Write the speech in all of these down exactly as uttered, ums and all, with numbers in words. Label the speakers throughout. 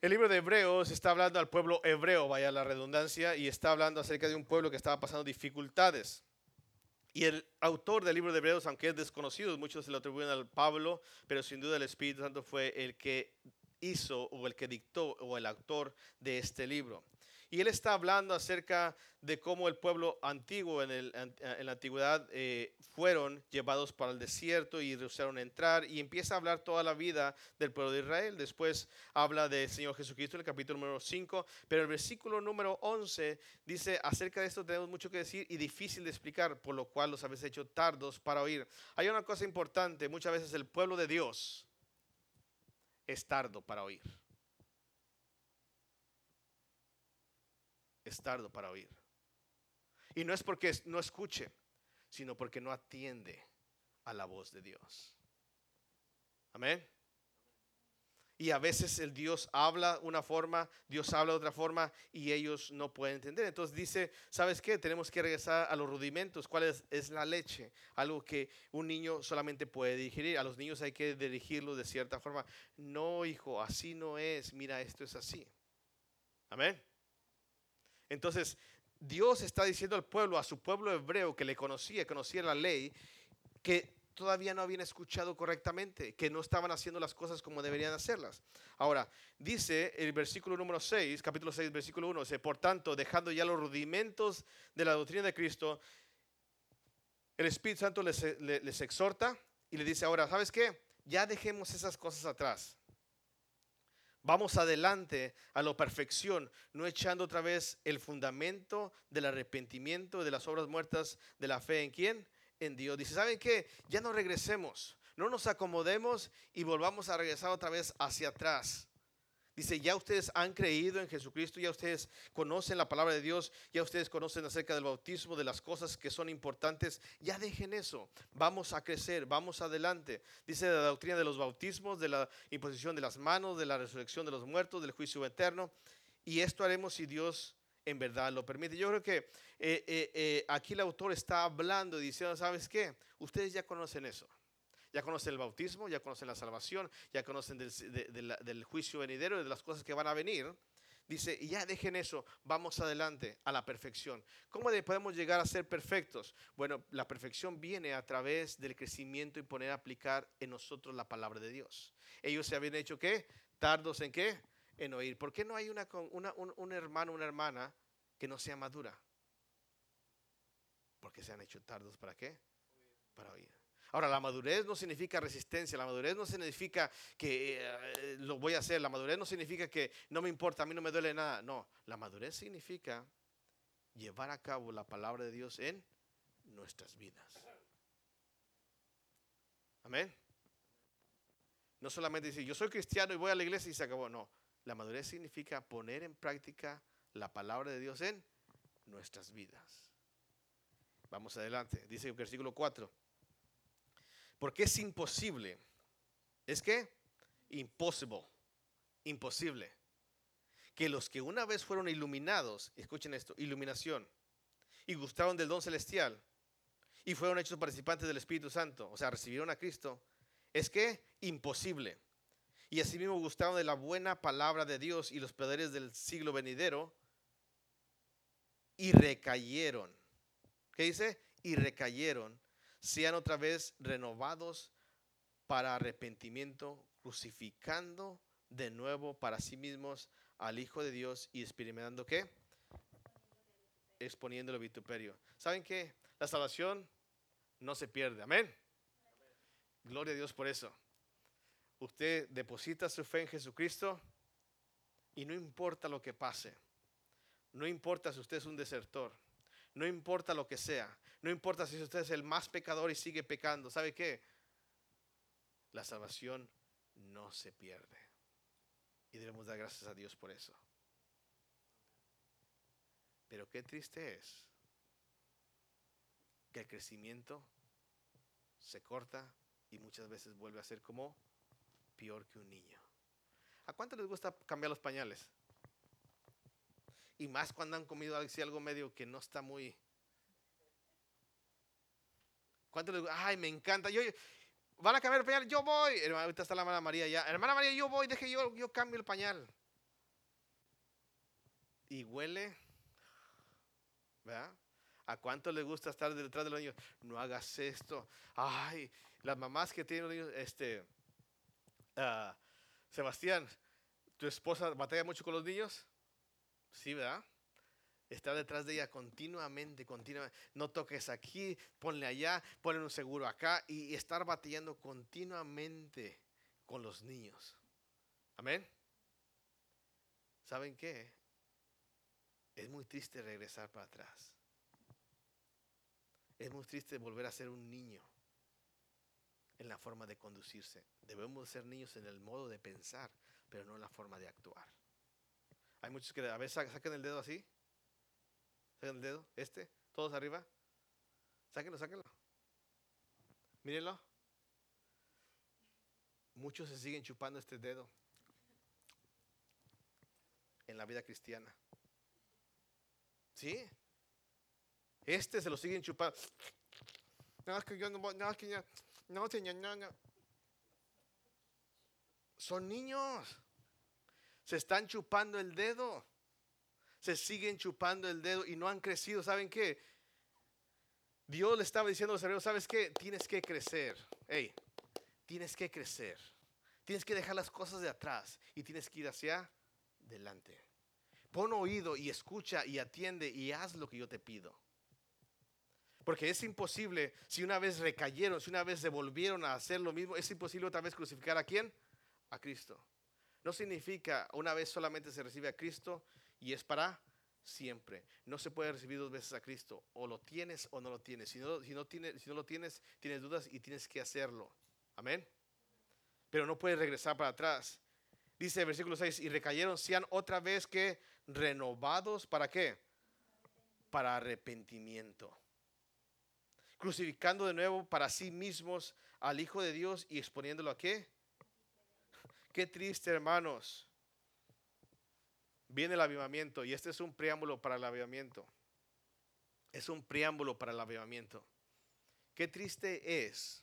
Speaker 1: El libro de Hebreos está hablando al pueblo hebreo, vaya la redundancia, y está hablando acerca de un pueblo que estaba pasando dificultades. Y el autor del libro de Hebreos, aunque es desconocido, muchos se lo atribuyen al Pablo, pero sin duda el Espíritu Santo fue el que hizo o el que dictó o el autor de este libro. Y él está hablando acerca de cómo el pueblo antiguo en, el, en la antigüedad eh, fueron llevados para el desierto y rehusaron entrar. Y empieza a hablar toda la vida del pueblo de Israel. Después habla del Señor Jesucristo en el capítulo número cinco. Pero el versículo número once dice: acerca de esto tenemos mucho que decir y difícil de explicar, por lo cual los habéis hecho tardos para oír. Hay una cosa importante: muchas veces el pueblo de Dios es tardo para oír. Es tardo para oír. Y no es porque no escuche, sino porque no atiende a la voz de Dios. Amén. Y a veces el Dios habla una forma, Dios habla de otra forma y ellos no pueden entender. Entonces dice: ¿sabes qué? Tenemos que regresar a los rudimentos. ¿Cuál es? Es la leche, algo que un niño solamente puede digerir. A los niños hay que dirigirlo de cierta forma. No, hijo, así no es. Mira, esto es así. Amén. Entonces Dios está diciendo al pueblo, a su pueblo hebreo que le conocía, conocía la ley, que todavía no habían escuchado correctamente, que no estaban haciendo las cosas como deberían hacerlas. Ahora, dice el versículo número seis, capítulo seis, versículo uno, dice: por tanto, dejando ya los rudimentos de la doctrina de Cristo, el Espíritu Santo les, les, les exhorta y le dice: ahora, ¿sabes qué? Ya dejemos esas cosas atrás. Vamos adelante a la perfección, no echando otra vez el fundamento del arrepentimiento, de las obras muertas, de la fe en quién, en Dios. Dice: ¿saben qué? Ya no regresemos, no nos acomodemos y volvamos a regresar otra vez hacia atrás. Dice: ya ustedes han creído en Jesucristo, ya ustedes conocen la palabra de Dios, ya ustedes conocen acerca del bautismo, de las cosas que son importantes. Ya dejen eso, vamos a crecer, vamos adelante. Dice la doctrina de los bautismos, de la imposición de las manos, de la resurrección de los muertos, del juicio eterno. Y esto haremos si Dios en verdad lo permite. Yo creo que eh, eh, eh, aquí el autor está hablando y diciendo: ¿sabes qué? Ustedes ya conocen eso. Ya conocen el bautismo, ya conocen la salvación, ya conocen del, de, de la, del juicio venidero y de las cosas que van a venir. Dice: y ya dejen eso, vamos adelante a la perfección. ¿Cómo podemos llegar a ser perfectos? Bueno, la perfección viene a través del crecimiento y poner a aplicar en nosotros la palabra de Dios. Ellos se habían hecho ¿qué? Tardos en ¿qué? En oír. ¿Por qué no hay una, una, un, un hermano, una hermana que no sea madura? Porque se han hecho tardos para ¿qué? Para oír. Ahora, la madurez no significa resistencia, la madurez no significa que eh, lo voy a hacer, la madurez no significa que no me importa, a mí no me duele nada. No, la madurez significa llevar a cabo la palabra de Dios en nuestras vidas. Amén. No solamente decir: yo soy cristiano y voy a la iglesia y se acabó. No, la madurez significa poner en práctica la palabra de Dios en nuestras vidas. Vamos adelante, dice el versículo cuatro. Porque es imposible. ¿Es qué? Impossible. Imposible. Que los que una vez fueron iluminados, escuchen esto, iluminación, y gustaron del don celestial, y fueron hechos participantes del Espíritu Santo, o sea, recibieron a Cristo, es que imposible. Y asimismo gustaron de la buena palabra de Dios y los poderes del siglo venidero, y recayeron. ¿Qué dice? Y recayeron, sean otra vez renovados para arrepentimiento, crucificando de nuevo para sí mismos al Hijo de Dios y experimentando ¿qué? Exponiendo el vituperio. ¿Saben qué? La salvación no se pierde. Amén. Gloria a Dios por eso. Usted deposita su fe en Jesucristo y no importa lo que pase. No importa si usted es un desertor. No importa lo que sea. No importa si usted es el más pecador y sigue pecando. ¿Sabe qué? La salvación no se pierde. Y debemos dar gracias a Dios por eso. Pero qué triste es que el crecimiento se corta y muchas veces vuelve a ser como peor que un niño. ¿A cuánto les gusta cambiar los pañales? Y más cuando han comido algo medio que no está muy... ¿Cuánto les gusta? Ay, me encanta. Yo, ¿van a cambiar el pañal? Yo voy. Ahorita está la hermana María ya. Hermana María, yo voy. Deje yo, yo cambio el pañal. y huele, ¿verdad? ¿A cuánto le gusta estar detrás de los niños? No hagas esto. Ay, las mamás que tienen niños, este, uh, Sebastián, ¿tu esposa batalla mucho con los niños? Sí, ¿verdad? Estar detrás de ella continuamente, continuamente. No toques aquí, ponle allá, ponle un seguro acá y estar batallando continuamente con los niños. Amén. ¿Saben qué? Es muy triste regresar para atrás. Es muy triste volver a ser un niño en la forma de conducirse. Debemos ser niños en el modo de pensar, pero no en la forma de actuar. Hay muchos que a veces sacan el dedo así. Sacan el dedo, este, todos arriba. Sáquenlo, sáquenlo. Mírenlo. Muchos se siguen chupando este dedo en la vida cristiana. ¿Sí? Este se lo siguen chupando. No, es que yo no voy, no, es que ya, no, señor, no, no. Son niños. Se están chupando el dedo. Se siguen chupando el dedo y no han crecido. ¿Saben qué? Dios le estaba diciendo a los hebreos, ¿sabes qué? Tienes que crecer. Hey, tienes que crecer. Tienes que dejar las cosas de atrás y tienes que ir hacia adelante. Pon oído y escucha y atiende y haz lo que yo te pido. Porque es imposible, si una vez recayeron, si una vez se volvieron a hacer lo mismo, es imposible otra vez crucificar a quién? A Cristo. No significa una vez solamente se recibe a Cristo y es para siempre. No se puede recibir dos veces a Cristo. O lo tienes o no lo tienes. Si no, si no, tienes, si no lo tienes, tienes dudas y tienes que hacerlo. Amén. Pero no puedes regresar para atrás. Dice el versículo seis, y recayeron, sean otra vez que renovados, ¿para qué? Para arrepentimiento. Crucificando de nuevo para sí mismos al Hijo de Dios y exponiéndolo a qué. Qué triste, hermanos. Viene el avivamiento y este es un preámbulo para el avivamiento. Es un preámbulo para el avivamiento. Qué triste es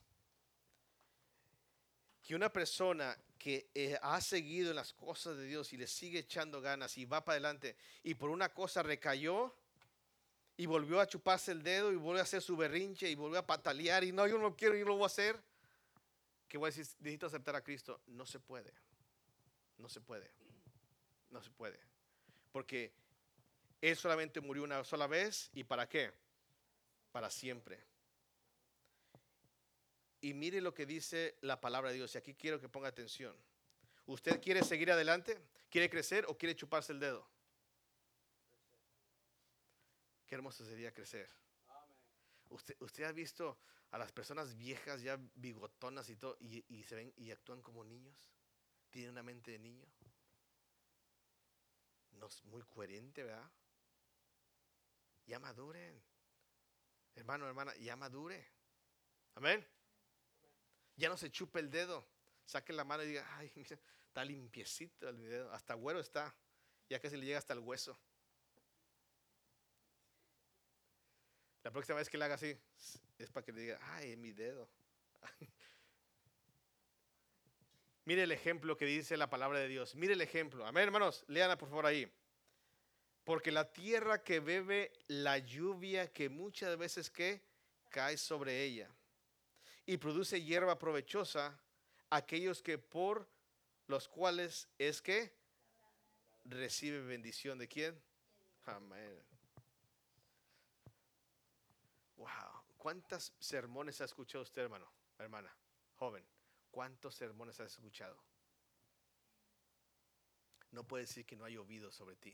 Speaker 1: que una persona que eh, ha seguido en las cosas de Dios y le sigue echando ganas y va para adelante y por una cosa recayó y volvió a chuparse el dedo y volvió a hacer su berrinche y volvió a patalear y no, yo no quiero, yo no lo voy a hacer. Que voy a decir, necesito aceptar a Cristo. No se puede. No se puede. No se puede. Porque Él solamente murió una sola vez. ¿Y para qué? Para siempre. Y mire lo que dice la palabra de Dios. Y aquí quiero que ponga atención. ¿Usted quiere seguir adelante? ¿Quiere crecer o quiere chuparse el dedo? Qué hermoso sería crecer. Usted, usted ha visto a las personas viejas ya bigotonas y todo y, y se ven y actúan como niños. Tienen una mente de niño. No es muy coherente, ¿verdad? Ya maduren. Hermano, hermana, ya madure. Amén. Ya no se chupe el dedo. Saque la mano y diga, ay, mira, está limpiecito el dedo. Hasta güero está. Ya casi le llega hasta el hueso. La próxima vez que le haga así, es para que le diga, ay, mi dedo. Mire el ejemplo que dice la palabra de Dios. Mire el ejemplo. Amén, hermanos. Léanla por favor ahí. Porque la tierra que bebe la lluvia que muchas veces que cae sobre ella y produce hierba provechosa, aquellos que por los cuales es que recibe bendición de quién. Amén. Wow. ¿Cuántos sermones ha escuchado usted, hermano, hermana, joven? ¿Cuántos sermones has escuchado? No puedes decir que no ha llovido sobre ti.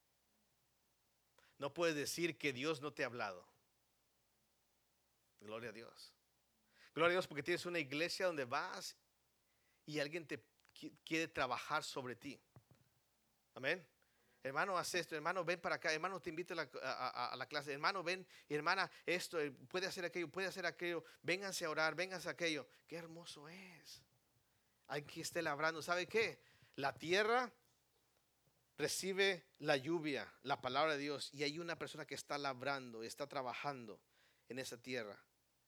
Speaker 1: No puedes decir que Dios no te ha hablado. Gloria a Dios. Gloria a Dios porque tienes una iglesia donde vas y alguien te quiere trabajar sobre ti. Amén. Hermano, haz esto. Hermano, ven para acá. Hermano, te invito a la, a, a la clase. Hermano, ven. Hermana, esto, puede hacer aquello, puede hacer aquello. Vénganse a orar, vénganse a aquello. Qué hermoso es. Aquí esté labrando. ¿Sabe qué? La tierra recibe la lluvia, la palabra de Dios. Y hay una persona que está labrando, está trabajando en esa tierra.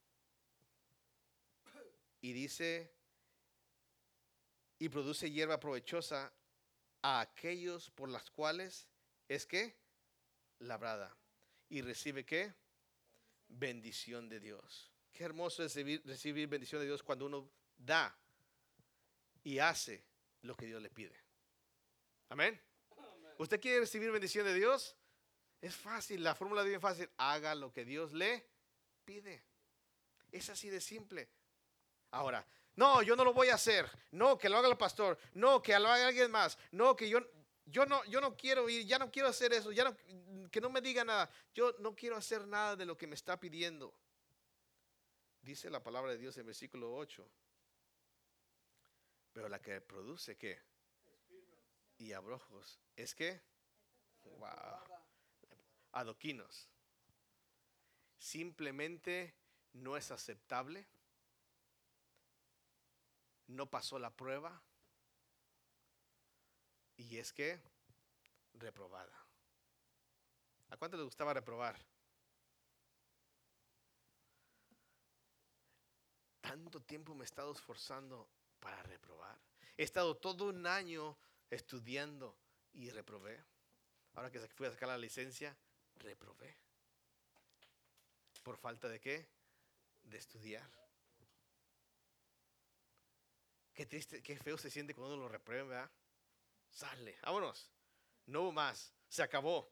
Speaker 1: Y dice, y produce hierba provechosa a aquellos por las cuales es que labrada. Y recibe ¿qué? Bendición de Dios. Qué hermoso es recibir, recibir bendición de Dios cuando uno da y hace lo que Dios le pide. Amén. ¿Usted quiere recibir bendición de Dios? Es fácil, la fórmula es bien fácil. Haga lo que Dios le pide. Es así de simple. Ahora, no, yo no lo voy a hacer. No, que lo haga el pastor. No, que lo haga alguien más. No, que yo, yo no, yo no quiero ir. Ya no quiero hacer eso. Ya no, que no me diga nada. Yo no quiero hacer nada de lo que me está pidiendo. Dice la palabra de Dios en versículo ocho. Pero la que produce ¿qué? Y abrojos. ¿Es qué? Wow. Adoquinos. Simplemente no es aceptable. No pasó la prueba. Y es que reprobada. ¿A cuánto les gustaba reprobar? Tanto tiempo me he estado esforzando para reprobar. He estado todo un año estudiando y reprobé. Ahora que fui a sacar la licencia, reprobé. ¿Por falta de qué? De estudiar. Qué triste, qué feo se siente cuando uno lo reprueba, ¿verdad? Sale, vámonos. No hubo más, se acabó.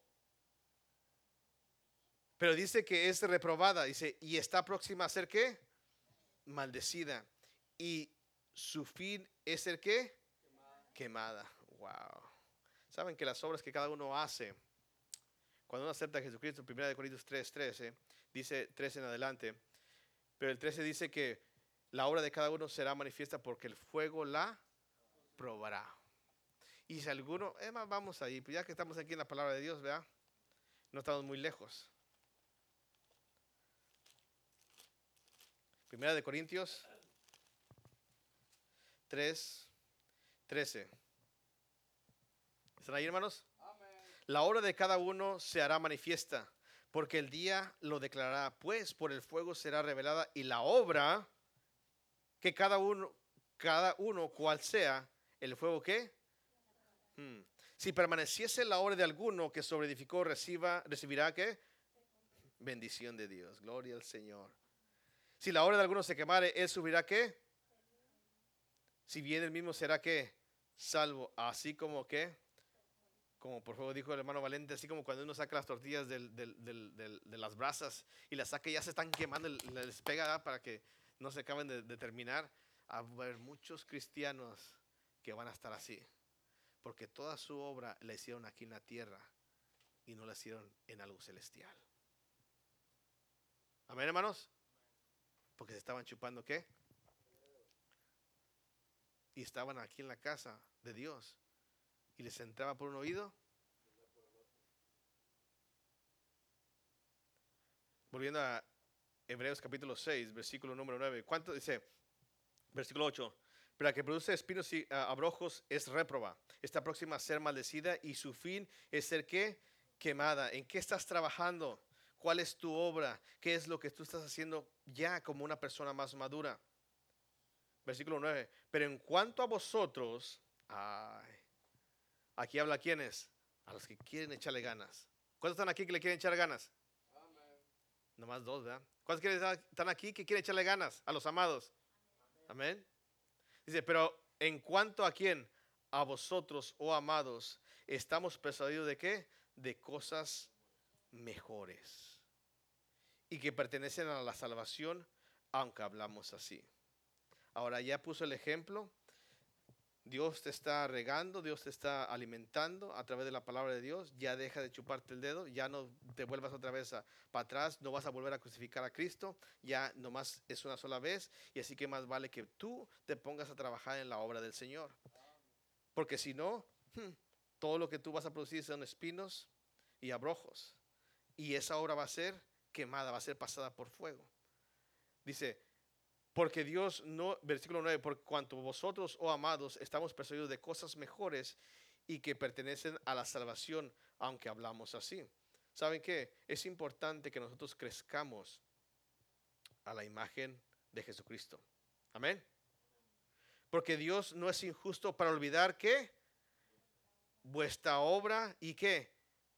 Speaker 1: Pero dice que es reprobada, dice, y está próxima a ser ¿qué? Maldecida. Y su fin es el ¿qué? Quemada. Quemada. Wow. Saben que las obras que cada uno hace, cuando uno acepta a Jesucristo, primera de Corintios tres, trece, dice trece en adelante, pero el trece dice que la obra de cada uno será manifiesta porque el fuego la probará. Y si alguno, es más, vamos ahí, pues ya que estamos aquí en la palabra de Dios, ¿verdad? No estamos muy lejos. Primera de Corintios tres, trece. ¿Están ahí, hermanos? Amén. La obra de cada uno se hará manifiesta, porque el día lo declarará, pues por el fuego será revelada, y la obra que cada uno, cada uno cual sea, el fuego ¿qué? Hmm. Si permaneciese la obra de alguno que sobreedificó, reciba, recibirá ¿qué? Bendición de Dios. Gloria al Señor. Si la obra de alguno se quemare, él subirá ¿qué? Si bien el mismo será ¿qué? Salvo, así como ¿qué? Como por fuego dijo el hermano Valente, así como cuando uno saca las tortillas del, del, del, del, de las brasas y las saca y ya se están quemando, les pega, ¿verdad? Para que no se acaben de, de terminar. A ver, muchos cristianos que van a estar así, porque toda su obra la hicieron aquí en la tierra y no la hicieron en algo celestial. Amén, hermanos. Porque se estaban chupando ¿qué? Y estaban aquí en la casa de Dios y les entraba por un oído. Volviendo a Hebreos capítulo seis, versículo número nueve. ¿Cuánto dice? Versículo ocho. Pero la que produce espinos y uh, abrojos es réproba. Está próxima a ser maldecida y su fin es ser ¿qué? Quemada. ¿En qué estás trabajando? ¿Cuál es tu obra? ¿Qué es lo que tú estás haciendo ya como una persona más madura? Versículo nueve. Pero en cuanto a vosotros, ay, aquí habla quiénes, a los que quieren echarle ganas. ¿Cuántos están aquí que le quieren echar ganas? Amén. Nomás dos, ¿verdad? ¿Cuántos están aquí que quieren echarle ganas? A los amados. Amén. Amén. Dice, pero en cuanto a quién, a vosotros, oh amados, estamos persuadidos de qué? De cosas mejores y que pertenecen a la salvación, aunque hablamos así. Ahora ya puso el ejemplo. Dios te está regando, Dios te está alimentando a través de la palabra de Dios. Ya deja de chuparte el dedo, ya no te vuelvas otra vez a, para atrás, no vas a volver a crucificar a Cristo, ya nomás es una sola vez, y así que más vale que tú te pongas a trabajar en la obra del Señor. Porque si no, hmm, todo lo que tú vas a producir son espinos y abrojos, y esa obra va a ser quemada, va a ser pasada por fuego. Dice, porque Dios no, versículo nueve, por cuanto vosotros, oh amados, estamos persuadidos de cosas mejores y que pertenecen a la salvación, aunque hablamos así. ¿Saben qué? Es importante que nosotros crezcamos a la imagen de Jesucristo. Amén. Porque Dios no es injusto para olvidar que vuestra obra y qué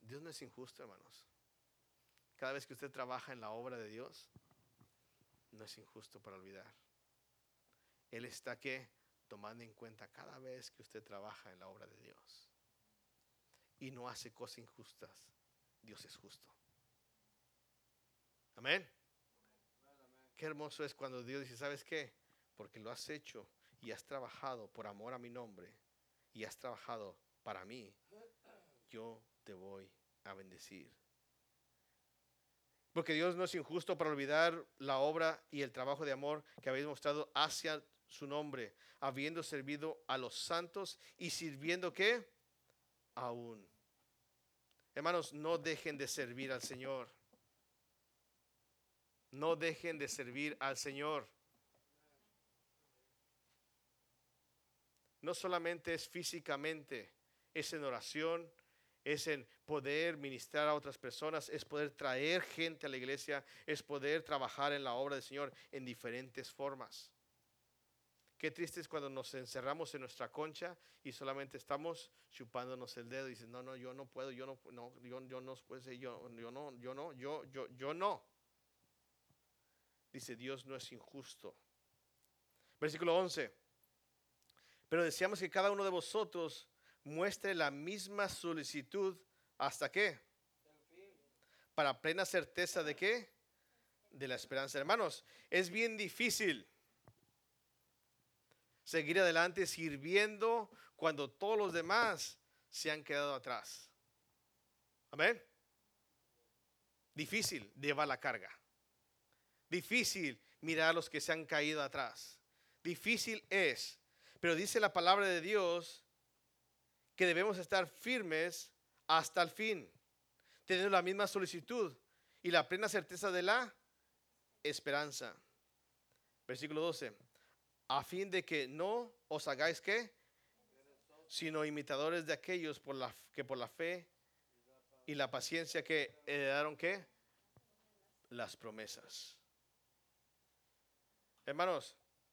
Speaker 1: Dios no es injusto, hermanos. Cada vez que usted trabaja en la obra de Dios, no es injusto para olvidar. Él está que tomando en cuenta cada vez que usted trabaja en la obra de Dios y no hace cosas injustas. Dios es justo. Amén. Qué hermoso es cuando Dios dice, ¿sabes qué? Porque lo has hecho y has trabajado por amor a mi nombre y has trabajado para mí, yo te voy a bendecir. Porque Dios no es injusto para olvidar la obra y el trabajo de amor que habéis mostrado hacia su nombre, habiendo servido a los santos y sirviendo ¿qué? Aún. Hermanos, no dejen de servir al Señor. No dejen de servir al Señor. No solamente es físicamente, es en oración, es en poder ministrar a otras personas, es poder traer gente a la iglesia, es poder trabajar en la obra del Señor en diferentes formas. Qué triste es cuando nos encerramos en nuestra concha y solamente estamos chupándonos el dedo y dicen, no, no, yo no puedo, yo no, no, yo, yo no puedo, yo, yo no, yo no, yo, yo, yo no. Dice, Dios no es injusto. Versículo once. Pero deseamos que cada uno de vosotros muestre la misma solicitud. ¿Hasta qué? Para plena certeza de qué? De la esperanza. Hermanos, es bien difícil seguir adelante sirviendo cuando todos los demás se han quedado atrás. Amén. Difícil llevar la carga. Difícil mirar a los que se han caído atrás. Difícil es. Pero dice la palabra de Dios que debemos estar firmes hasta el fin, teniendo la misma solicitud y la plena certeza de la esperanza. Versículo doce. A fin de que no os hagáis ¿qué? Sino imitadores de aquellos por la, que por la fe y la paciencia que heredaron ¿qué? Las promesas. Hermanos,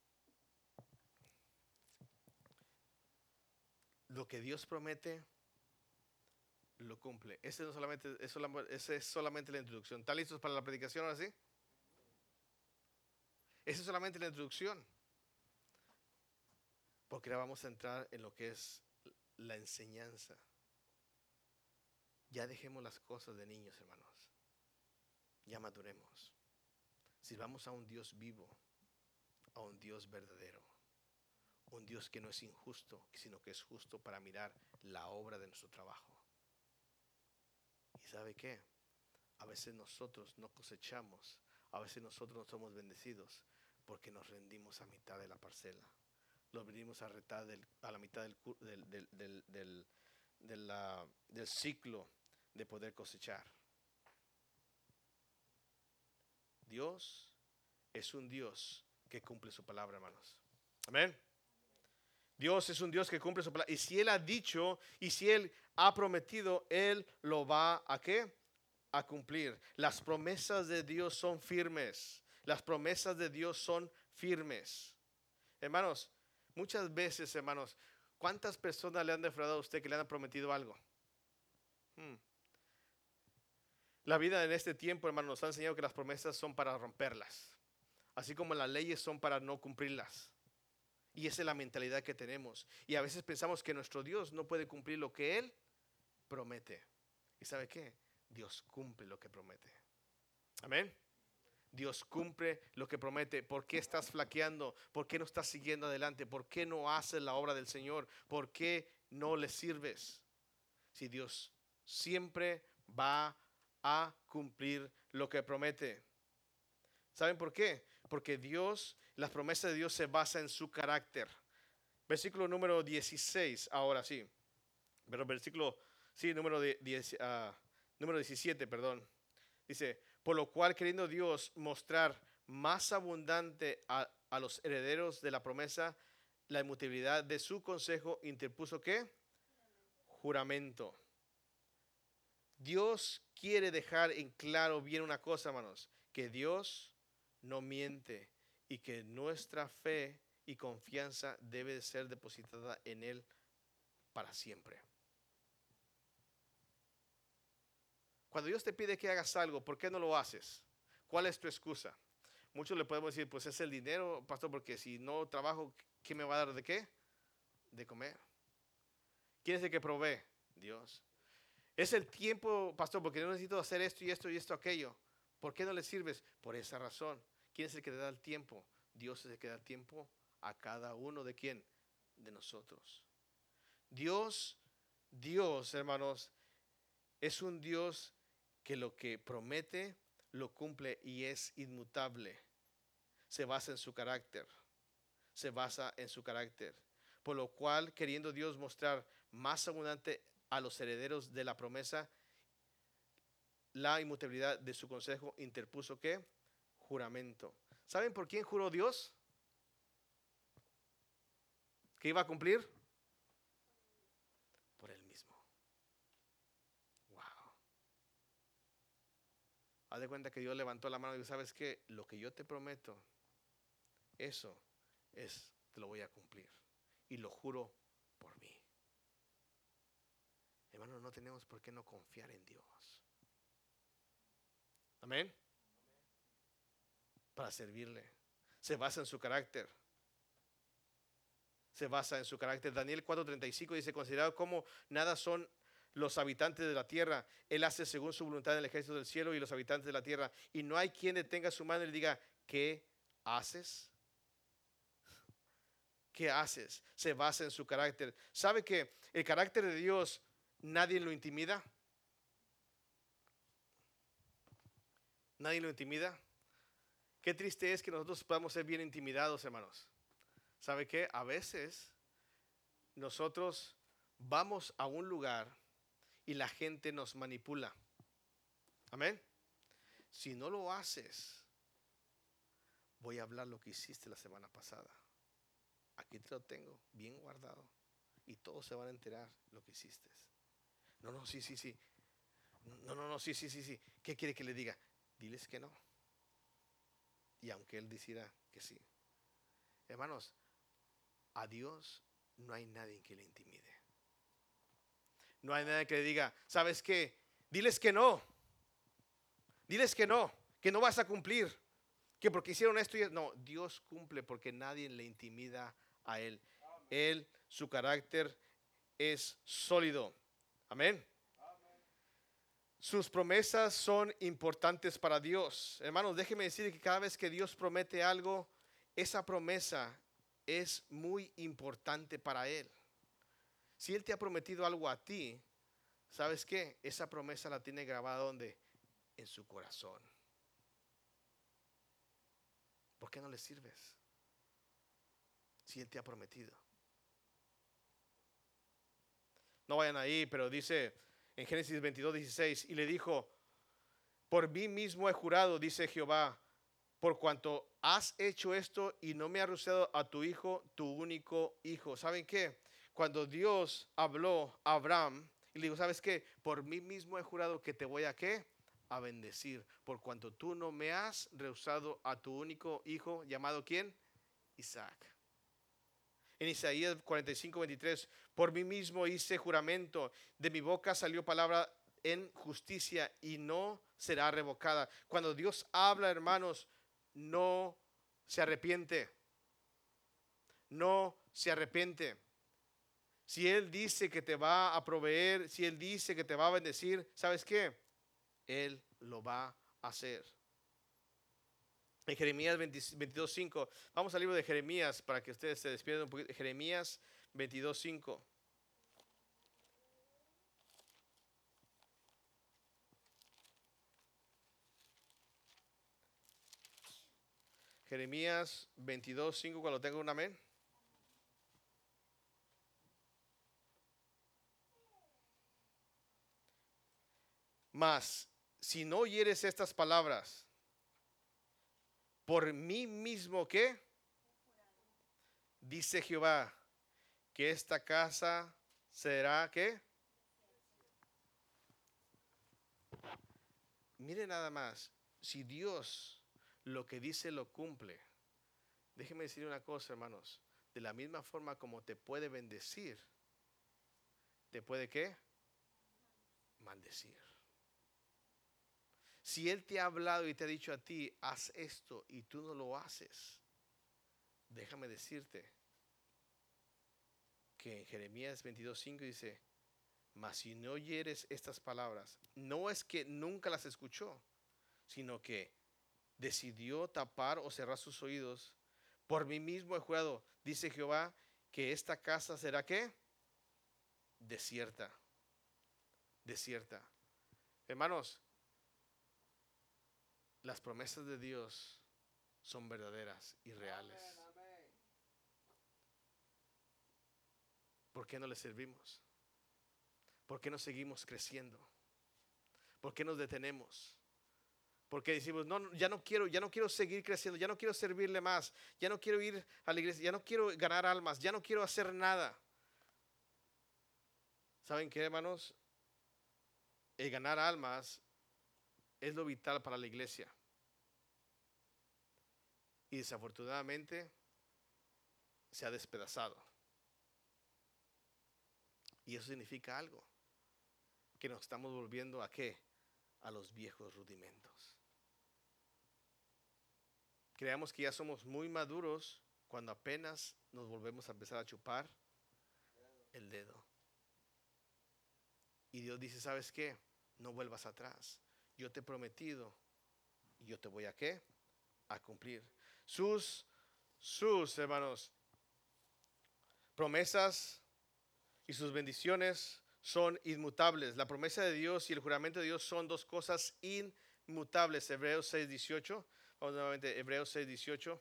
Speaker 1: lo que Dios promete, lo cumple. Ese no solamente, es solamente, ese es solamente la introducción. ¿Están listos para la predicación ahora sí? Esa es solamente la introducción. Porque ahora vamos a entrar en lo que es la enseñanza. Ya dejemos las cosas de niños, hermanos. Ya maduremos. Sirvamos a un Dios vivo, a un Dios verdadero. Un Dios que no es injusto, sino que es justo para mirar la obra de nuestro trabajo. ¿Y sabe qué? A veces nosotros no cosechamos, a veces nosotros no somos bendecidos porque nos rendimos a mitad de la parcela. Nos rendimos a, del, a la mitad del, del, del, del, del, de la, del ciclo de poder cosechar. Dios es un Dios que cumple su palabra, hermanos. Amén. Dios es un Dios que cumple su palabra. Y si Él ha dicho y si Él ha prometido, Él lo va a ¿qué? A cumplir. Las promesas de Dios son firmes. Las promesas de Dios son firmes. Hermanos, muchas veces, hermanos, ¿cuántas personas le han defraudado a usted que le han prometido algo? Hmm. La vida en este tiempo, hermanos, nos ha enseñado que las promesas son para romperlas. Así como las leyes son para no cumplirlas. Y esa es la mentalidad que tenemos. Y a veces pensamos que nuestro Dios no puede cumplir lo que Él promete. ¿Y sabe qué? Dios cumple lo que promete. Amén. Dios cumple lo que promete. ¿Por qué estás flaqueando? ¿Por qué no estás siguiendo adelante? ¿Por qué no haces la obra del Señor? ¿Por qué no le sirves? Si Dios siempre va a cumplir lo que promete. ¿Saben por qué? Porque Dios, las promesas de Dios se basan en su carácter. Versículo número dieciséis, ahora sí. Pero versículo, sí, número, diez, uh, número diecisiete, perdón. Dice, por lo cual queriendo Dios mostrar más abundante a, a los herederos de la promesa, la inmutabilidad de su consejo, interpuso ¿qué? Juramento. Dios quiere dejar en claro bien una cosa, hermanos, que Dios no miente y que nuestra fe y confianza debe de ser depositada en Él para siempre. Cuando Dios te pide que hagas algo, ¿por qué no lo haces? ¿Cuál es tu excusa? Muchos le podemos decir, pues es el dinero, pastor, porque si no trabajo, ¿quién me va a dar de qué? De comer. ¿Quién es el que provee? Dios. Es el tiempo, pastor, porque yo necesito hacer esto y esto y esto, aquello. ¿Por qué no le sirves? Por esa razón. ¿Quién es el que te da el tiempo? Dios es el que da el tiempo a cada uno de quién? De nosotros. Dios, Dios, hermanos, es un Dios que lo que promete lo cumple y es inmutable. Se basa en su carácter. Se basa en su carácter. Por lo cual, queriendo Dios mostrar más abundante a los herederos de la promesa la inmutabilidad de su consejo, interpuso ¿qué? Juramento. ¿Saben por quién juró Dios? ¿Que iba a cumplir? Por él mismo. Wow. Haz de cuenta que Dios levantó la mano y dijo, ¿sabes qué? Lo que yo te prometo, eso es, te lo voy a cumplir. Y lo juro por mí. Hermanos, no tenemos por qué no confiar en Dios. Amén. Para servirle. Se basa en su carácter. Se basa en su carácter. Daniel cuatro treinta y cinco dice, considerado como nada son los habitantes de la tierra, él hace según su voluntad en el ejército del cielo y los habitantes de la tierra, y no hay quien detenga su mano y le diga, ¿qué haces? ¿Qué haces? Se basa en su carácter. ¿Sabe que el carácter de Dios nadie lo intimida? Nadie lo intimida. Qué triste es que nosotros podamos ser bien intimidados, hermanos. ¿Sabe qué? A veces nosotros vamos a un lugar y la gente nos manipula. Amén. Si no lo haces, voy a hablar lo que hiciste la semana pasada. Aquí te lo tengo bien guardado y todos se van a enterar lo que hiciste. No, no, sí, sí, sí. No, no, no, sí, sí, sí, sí. ¿Qué quiere que le diga? Diles que no. Y aunque él decida que sí. Hermanos, a Dios no hay nadie que le intimide. No hay nadie que le diga, ¿sabes qué? Diles que no. Diles que no, que no vas a cumplir. Que porque hicieron esto y esto. No, Dios cumple porque nadie le intimida a Él. Él, su carácter es sólido. Amén. Sus promesas son importantes para Dios. Hermanos, déjeme decir que cada vez que Dios promete algo, esa promesa es muy importante para Él. Si Él te ha prometido algo a ti, ¿sabes qué? Esa promesa la tiene grabada ¿dónde? En su corazón. ¿Por qué no le sirves? Si Él te ha prometido. No vayan ahí, pero dice en Génesis veintidós, dieciséis, y le dijo, por mí mismo he jurado, dice Jehová, por cuanto has hecho esto y no me has rehusado a tu hijo, tu único hijo. ¿Saben qué? Cuando Dios habló a Abraham y le dijo, ¿sabes qué? Por mí mismo he jurado que te voy a ¿qué? A bendecir, por cuanto tú no me has rehusado a tu único hijo, llamado ¿quién? Isaac. En Isaías cuarenta y cinco, veintitrés, por mí mismo hice juramento, de mi boca salió palabra en justicia y no será revocada. Cuando Dios habla, hermanos, no se arrepiente. No se arrepiente. Si Él dice que te va a proveer, si Él dice que te va a bendecir, ¿sabes qué? Él lo va a hacer. En Jeremías veintidós, cinco, vamos al libro de Jeremías para que ustedes se despierten un poquito. Jeremías veintidós, cinco. Jeremías veintidós, cinco, cuando tenga un amén. Mas, si no oyeres estas palabras, por mí mismo, ¿qué? Dice Jehová, que esta casa será, ¿qué? Mire nada más, si Dios lo que dice lo cumple, déjeme decir una cosa, hermanos, de la misma forma como te puede bendecir, te puede ¿qué? Maldecir. Si Él te ha hablado y te ha dicho a ti, haz esto y tú no lo haces, déjame decirte que en Jeremías veintidós cinco dice, mas si no oyeres estas palabras, no es que nunca las escuchó, sino que decidió tapar o cerrar sus oídos. Por mí mismo he jurado, dice Jehová, que esta casa será ¿qué? Desierta, desierta. Hermanos, las promesas de Dios son verdaderas y reales. ¿Por qué no le servimos? ¿Por qué no seguimos creciendo? ¿Por qué nos detenemos? Porque decimos, no, ya no quiero, ya no quiero seguir creciendo, ya no quiero servirle más, ya no quiero ir a la iglesia, ya no quiero ganar almas, ya no quiero hacer nada. ¿Saben qué, hermanos? El ganar almas es lo vital para la iglesia. Y desafortunadamente se ha despedazado. Y eso significa algo, que nos estamos volviendo ¿a qué? A los viejos rudimentos. Creamos que ya somos muy maduros cuando apenas nos volvemos a empezar a chupar el dedo. Y Dios dice, ¿sabes qué? No vuelvas atrás. Yo te he prometido y yo te voy a ¿qué? A cumplir. Sus, sus hermanos, promesas y sus bendiciones son inmutables. La promesa de Dios y el juramento de Dios son dos cosas inmutables. Hebreos seis dieciocho. Vamos nuevamente, Hebreos seis dieciocho.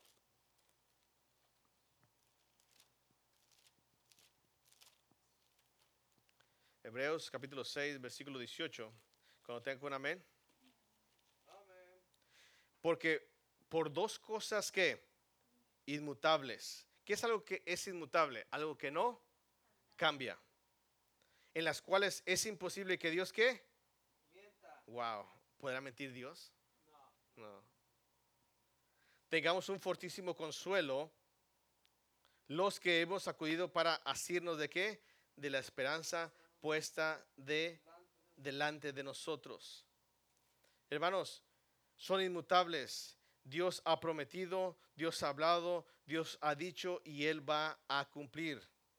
Speaker 1: Hebreos capítulo seis, versículo dieciocho. Cuando tengan un amén. Amén. Porque por dos cosas que inmutables. ¿Qué es algo que es inmutable? Algo que no cambia. En las cuales es imposible que Dios ¿qué? Mienta. Wow. ¿Podrá mentir Dios? No. No. Tengamos un fortísimo consuelo los que hemos acudido para asirnos de qué? De la esperanza puesta de delante de nosotros. Hermanos, son inmutables. Dios ha prometido, Dios ha hablado, Dios ha dicho y Él va a cumplir.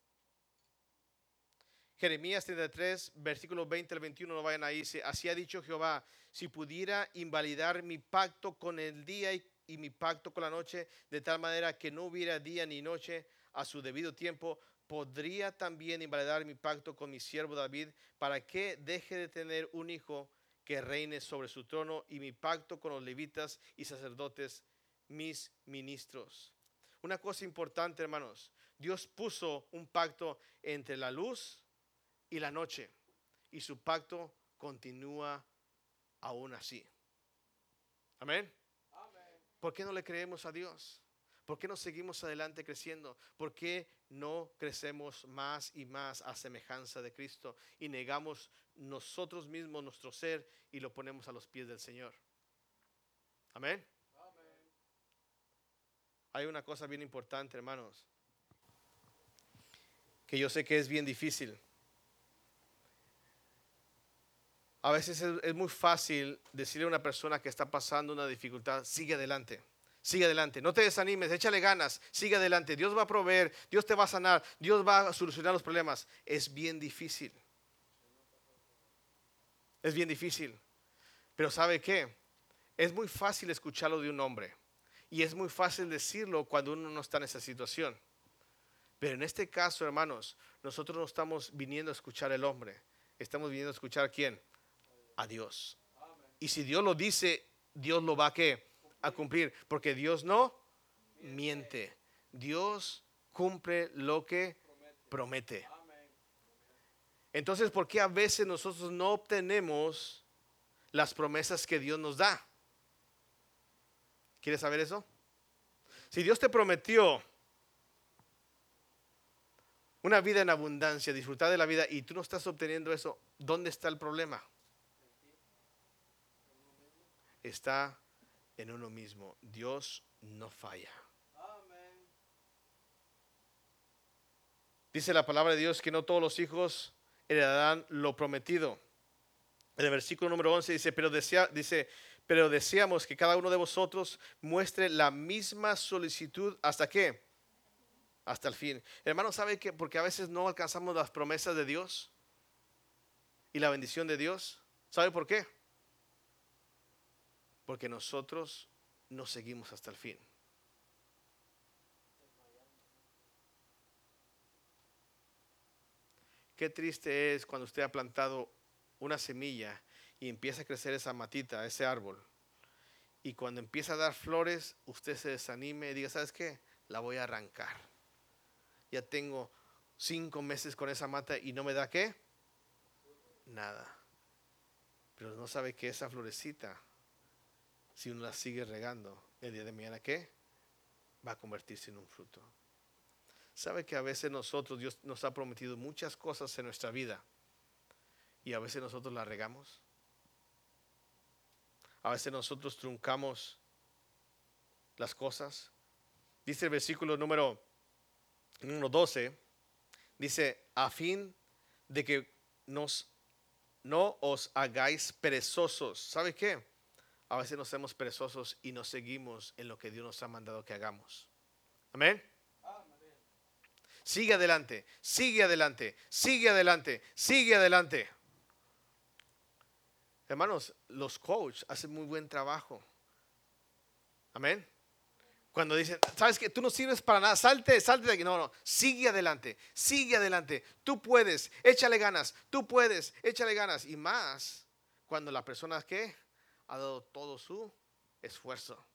Speaker 1: Jeremías treinta y tres, versículos veinte al veintiuno, no vayan ahí. Dice, así ha dicho Jehová, si pudiera invalidar mi pacto con el día y, y mi pacto con la noche, de tal manera que no hubiera día ni noche a su debido tiempo, podría también invalidar mi pacto con mi siervo David, para que deje de tener un hijo que reine sobre su trono, y mi pacto con los levitas y sacerdotes, mis ministros. Una cosa importante, hermanos, Dios puso un pacto entre la luz y la noche, y su pacto continúa aún así. Amén. Amén. ¿Por qué no le creemos a Dios? ¿Por qué no seguimos adelante creciendo? ¿Por qué no crecemos más y más a semejanza de Cristo y negamos nosotros mismos nuestro ser y lo ponemos a los pies del Señor? Amén. Amén. Hay una cosa bien importante, hermanos, que yo sé que es bien difícil. A veces es, es muy fácil decirle a una persona que está pasando una dificultad, sigue adelante, sigue adelante, no te desanimes, échale ganas, sigue adelante, Dios va a proveer, Dios te va a sanar, Dios va a solucionar los problemas. Es bien difícil, es bien difícil, pero ¿sabe qué? Es muy fácil escucharlo de un hombre y es muy fácil decirlo cuando uno no está en esa situación. Pero en este caso, hermanos, nosotros no estamos viniendo a escuchar al hombre, estamos viniendo a escuchar ¿a quién? A Dios. Y si Dios lo dice, Dios lo va a ¿qué? A cumplir, porque Dios no miente. Dios cumple lo que promete. Entonces, ¿por qué a veces nosotros no obtenemos las promesas que Dios nos da? ¿Quieres saber eso? Si Dios te prometió una vida en abundancia, disfrutar de la vida, y tú no estás obteniendo eso, ¿dónde está el problema? Está en uno mismo. Dios no falla. Amén. Dice la palabra de Dios que no todos los hijos heredarán lo prometido. En el versículo número once dice, pero, desea, dice, pero deseamos que cada uno de vosotros muestre la misma solicitud. ¿Hasta qué? Hasta el fin. Hermano, ¿sabe que porque a veces no alcanzamos las promesas de Dios y la bendición de Dios? ¿Sabe por qué? Porque nosotros no seguimos hasta el fin. Qué triste es cuando usted ha plantado una semilla y empieza a crecer esa matita, ese árbol. Y cuando empieza a dar flores, usted se desanime y diga, ¿sabes qué? La voy a arrancar. Ya tengo cinco meses con esa mata y no me da ¿qué? Nada. Pero no sabe que esa florecita, si uno la sigue regando, el día de mañana ¿qué? Va a convertirse en un fruto. Sabe que a veces nosotros, Dios nos ha prometido muchas cosas en nuestra vida y a veces nosotros las regamos. A veces nosotros truncamos las cosas. Dice el versículo número, número doce, dice, a fin de que nos, no os hagáis perezosos. ¿Sabe qué? A veces nos hacemos perezosos y no seguimos en lo que Dios nos ha mandado que hagamos. Amén. Sigue adelante, sigue adelante, sigue adelante, sigue adelante. Hermanos, los coaches hacen muy buen trabajo. Amén. Cuando dicen, sabes que tú no sirves para nada, salte, salte de aquí. No, no, sigue adelante, sigue adelante. Tú puedes, échale ganas, tú puedes, échale ganas. Y más cuando la persona que ha dado todo su esfuerzo.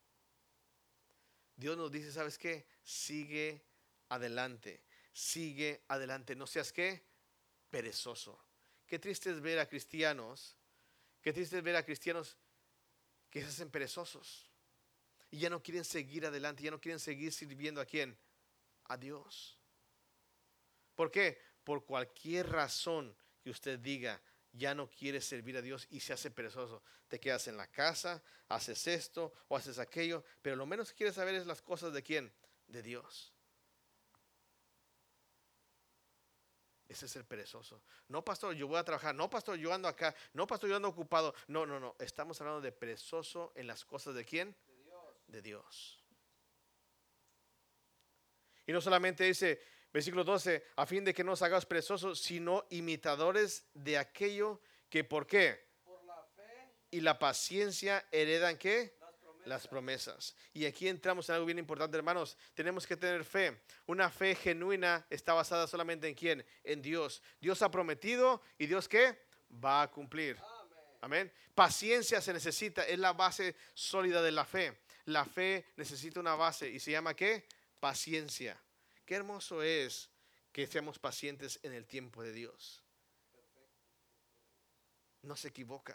Speaker 1: Dios nos dice, ¿sabes qué? Sigue adelante, sigue adelante. No seas qué, perezoso. Qué triste es ver a cristianos, qué triste es ver a cristianos que se hacen perezosos. Y ya no quieren seguir adelante, ya no quieren seguir sirviendo a quién, a Dios. ¿Por qué? Por cualquier razón que usted diga, ya no quieres servir a Dios y se hace perezoso. Te quedas en la casa, haces esto o haces aquello, pero lo menos que quieres saber es las cosas de quién, de Dios. Ese es el perezoso. No, pastor, yo voy a trabajar. No, pastor, yo ando acá. No, pastor, yo ando ocupado. No, no, no. Estamos hablando de perezoso en las cosas de quién, de Dios. De Dios. Y no solamente dice, versículo doce, a fin de que no os hagáis perezosos, sino imitadores de aquello que, ¿por qué? Por la fe y la paciencia heredan, ¿qué? Las promesas. Las promesas. Y aquí entramos en algo bien importante, hermanos. Tenemos que tener fe. Una fe genuina está basada solamente en ¿quién? En Dios. Dios ha prometido y Dios ¿qué? Va a cumplir. Amén. Amén. Paciencia se necesita, es la base sólida de la fe. La fe necesita una base y se llama ¿qué? Paciencia. Qué hermoso es que seamos pacientes en el tiempo de Dios. No se equivoca.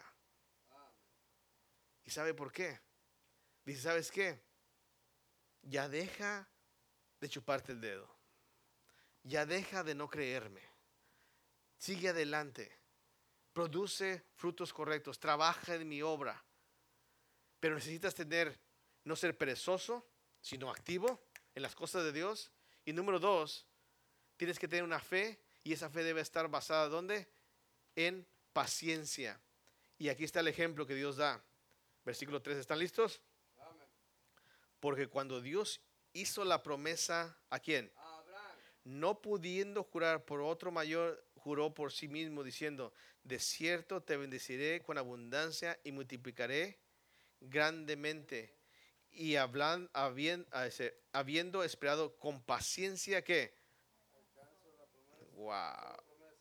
Speaker 1: ¿Y sabe por qué? Dice, ¿sabes qué? Ya deja de chuparte el dedo. Ya deja de no creerme. Sigue adelante. Produce frutos correctos. Trabaja en mi obra. Pero necesitas tener, no ser perezoso, sino activo en las cosas de Dios. Y número dos, tienes que tener una fe y esa fe debe estar basada ¿dónde? En paciencia. Y aquí está el ejemplo que Dios da. Versículo tres, ¿están listos? Amén. Porque cuando Dios hizo la promesa, ¿a quién? A Abraham. No pudiendo jurar por otro mayor, juró por sí mismo diciendo, de cierto te bendeciré con abundancia y multiplicaré grandemente. Y hablan, habiendo, habiendo esperado con paciencia ¿qué? Wow.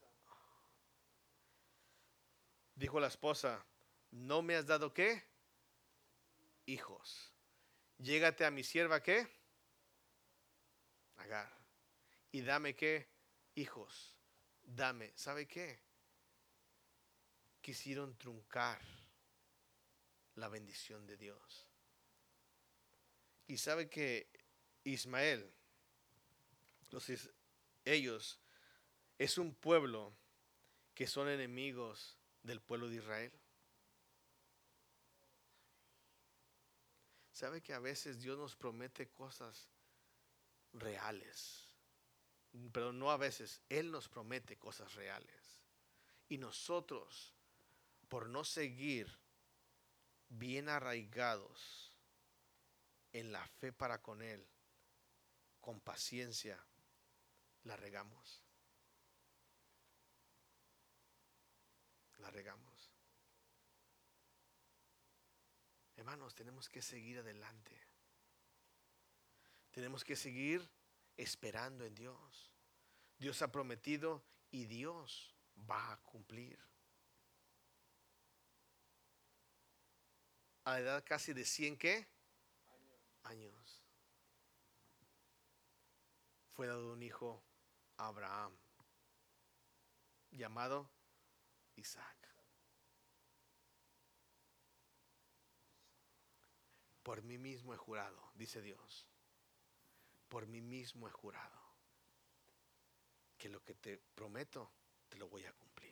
Speaker 1: Dijo la esposa, ¿no me has dado qué? Hijos. Llégate a mi sierva ¿qué? Agar. Y dame qué? Hijos. Dame. ¿Sabe qué? Quisieron truncar la bendición de Dios. Y sabe que Ismael, los, ellos, es un pueblo que son enemigos del pueblo de Israel. ¿Sabe que a veces Dios nos promete cosas reales? Pero no a veces, Él nos promete cosas reales. Y nosotros por no seguir bien arraigados en la fe para con Él, con paciencia, la regamos. La regamos. Hermanos, tenemos que seguir adelante. Tenemos que seguir esperando en Dios. Dios ha prometido y Dios va a cumplir. A la edad casi de cien ¿qué? Años. Fue dado un hijo a Abraham llamado Isaac. Por mí mismo he jurado, dice Dios. Por mí mismo he jurado que lo que te prometo te lo voy a cumplir.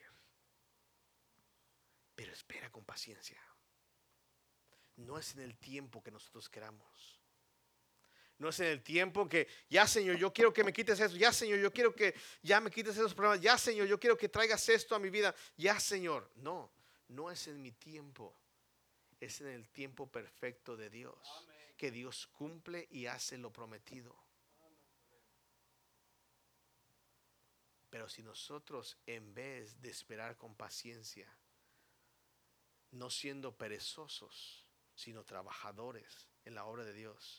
Speaker 1: Pero espera con paciencia. No es en el tiempo que nosotros queramos. No es en el tiempo que, ya Señor, yo quiero que me quites eso. Ya Señor, yo quiero que ya me quites esos problemas. Ya Señor, yo quiero que traigas esto a mi vida. Ya Señor. No, no es en mi tiempo. Es en el tiempo perfecto de Dios. Amén. Que Dios cumple y hace lo prometido. Amén. Pero si nosotros, en vez de esperar con paciencia, no siendo perezosos, sino trabajadores en la obra de Dios,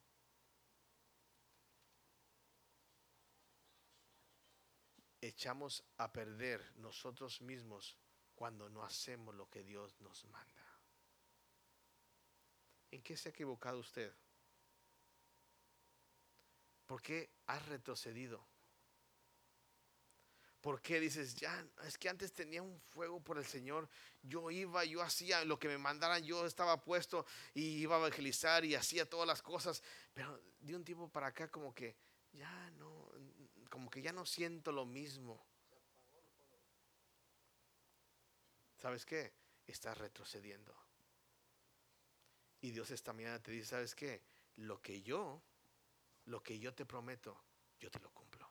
Speaker 1: echamos a perder nosotros mismos cuando no hacemos lo que Dios nos manda. ¿En qué se ha equivocado usted? ¿Por qué has retrocedido? ¿Por qué dices, ya, es que antes tenía un fuego por el Señor? Yo iba, yo hacía lo que me mandaran, yo estaba puesto y iba a evangelizar y hacía todas las cosas, pero de un tiempo para acá como que ya no, como que ya no siento lo mismo. ¿Sabes qué? Estás retrocediendo. Y Dios esta mañana te dice, ¿sabes qué? Lo que yo, lo que yo te prometo, yo te lo cumplo.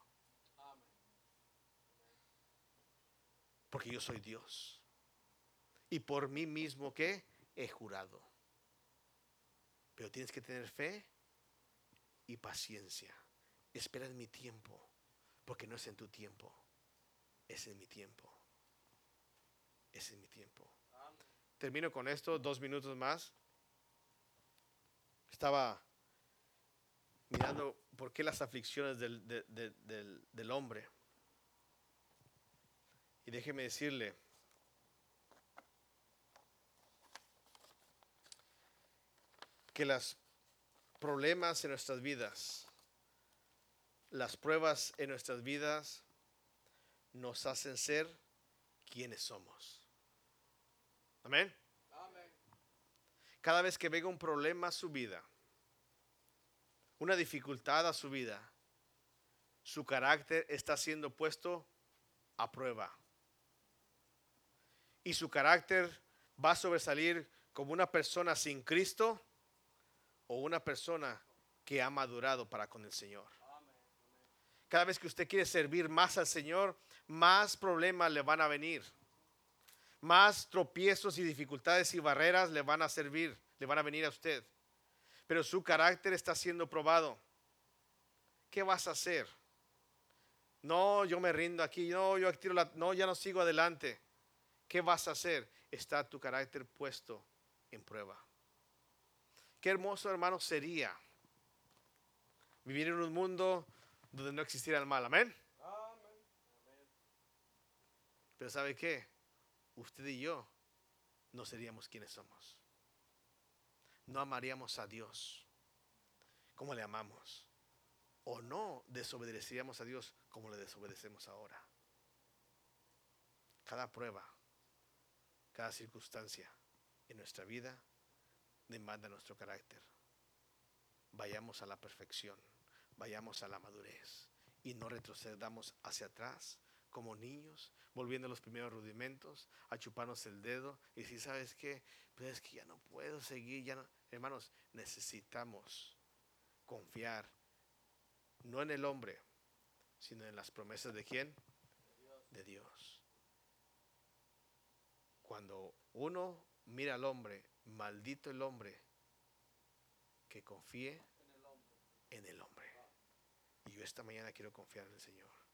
Speaker 1: Porque yo soy Dios. Y por mí mismo, ¿qué? He jurado. Pero tienes que tener fe y paciencia. Espera en mi tiempo. Porque no es en tu tiempo. Es en mi tiempo. Es en mi tiempo. Termino con esto, dos minutos más. Estaba mirando por qué las aflicciones del, de, de, del, del hombre. Y déjeme decirle que los problemas en nuestras vidas, las pruebas en nuestras vidas nos hacen ser quienes somos. Amén. Amén. Cada vez que venga un problema a su vida, una dificultad a su vida, su carácter está siendo puesto a prueba. Y su carácter va a sobresalir como una persona sin Cristo o una persona que ha madurado para con el Señor. Cada vez que usted quiere servir más al Señor, más problemas le van a venir. Más tropiezos y dificultades y barreras le van a servir, le van a venir a usted. Pero su carácter está siendo probado. ¿Qué vas a hacer? No, yo me rindo aquí. No, yo tiro la, no, ya no sigo adelante. ¿Qué vas a hacer? Está tu carácter puesto en prueba. Qué hermoso, hermano, sería vivir en un mundo donde no existiera el mal. Amén. Amén. Pero ¿sabe qué? Usted y yo no seríamos quienes somos. No amaríamos a Dios como le amamos. O no desobedeceríamos a Dios como le desobedecemos ahora. Cada prueba, cada circunstancia en nuestra vida demanda nuestro carácter. Vayamos a la perfección, vayamos a la madurez y no retrocedamos hacia atrás como niños, volviendo a los primeros rudimentos, a chuparnos el dedo y si sabes qué, pues es que ya no puedo seguir, ya no. Hermanos, necesitamos confiar no en el hombre, sino en las promesas de quién, de Dios. cuando uno mira al hombre, maldito el hombre que confíe en el hombre. Y yo esta mañana quiero confiar en el Señor.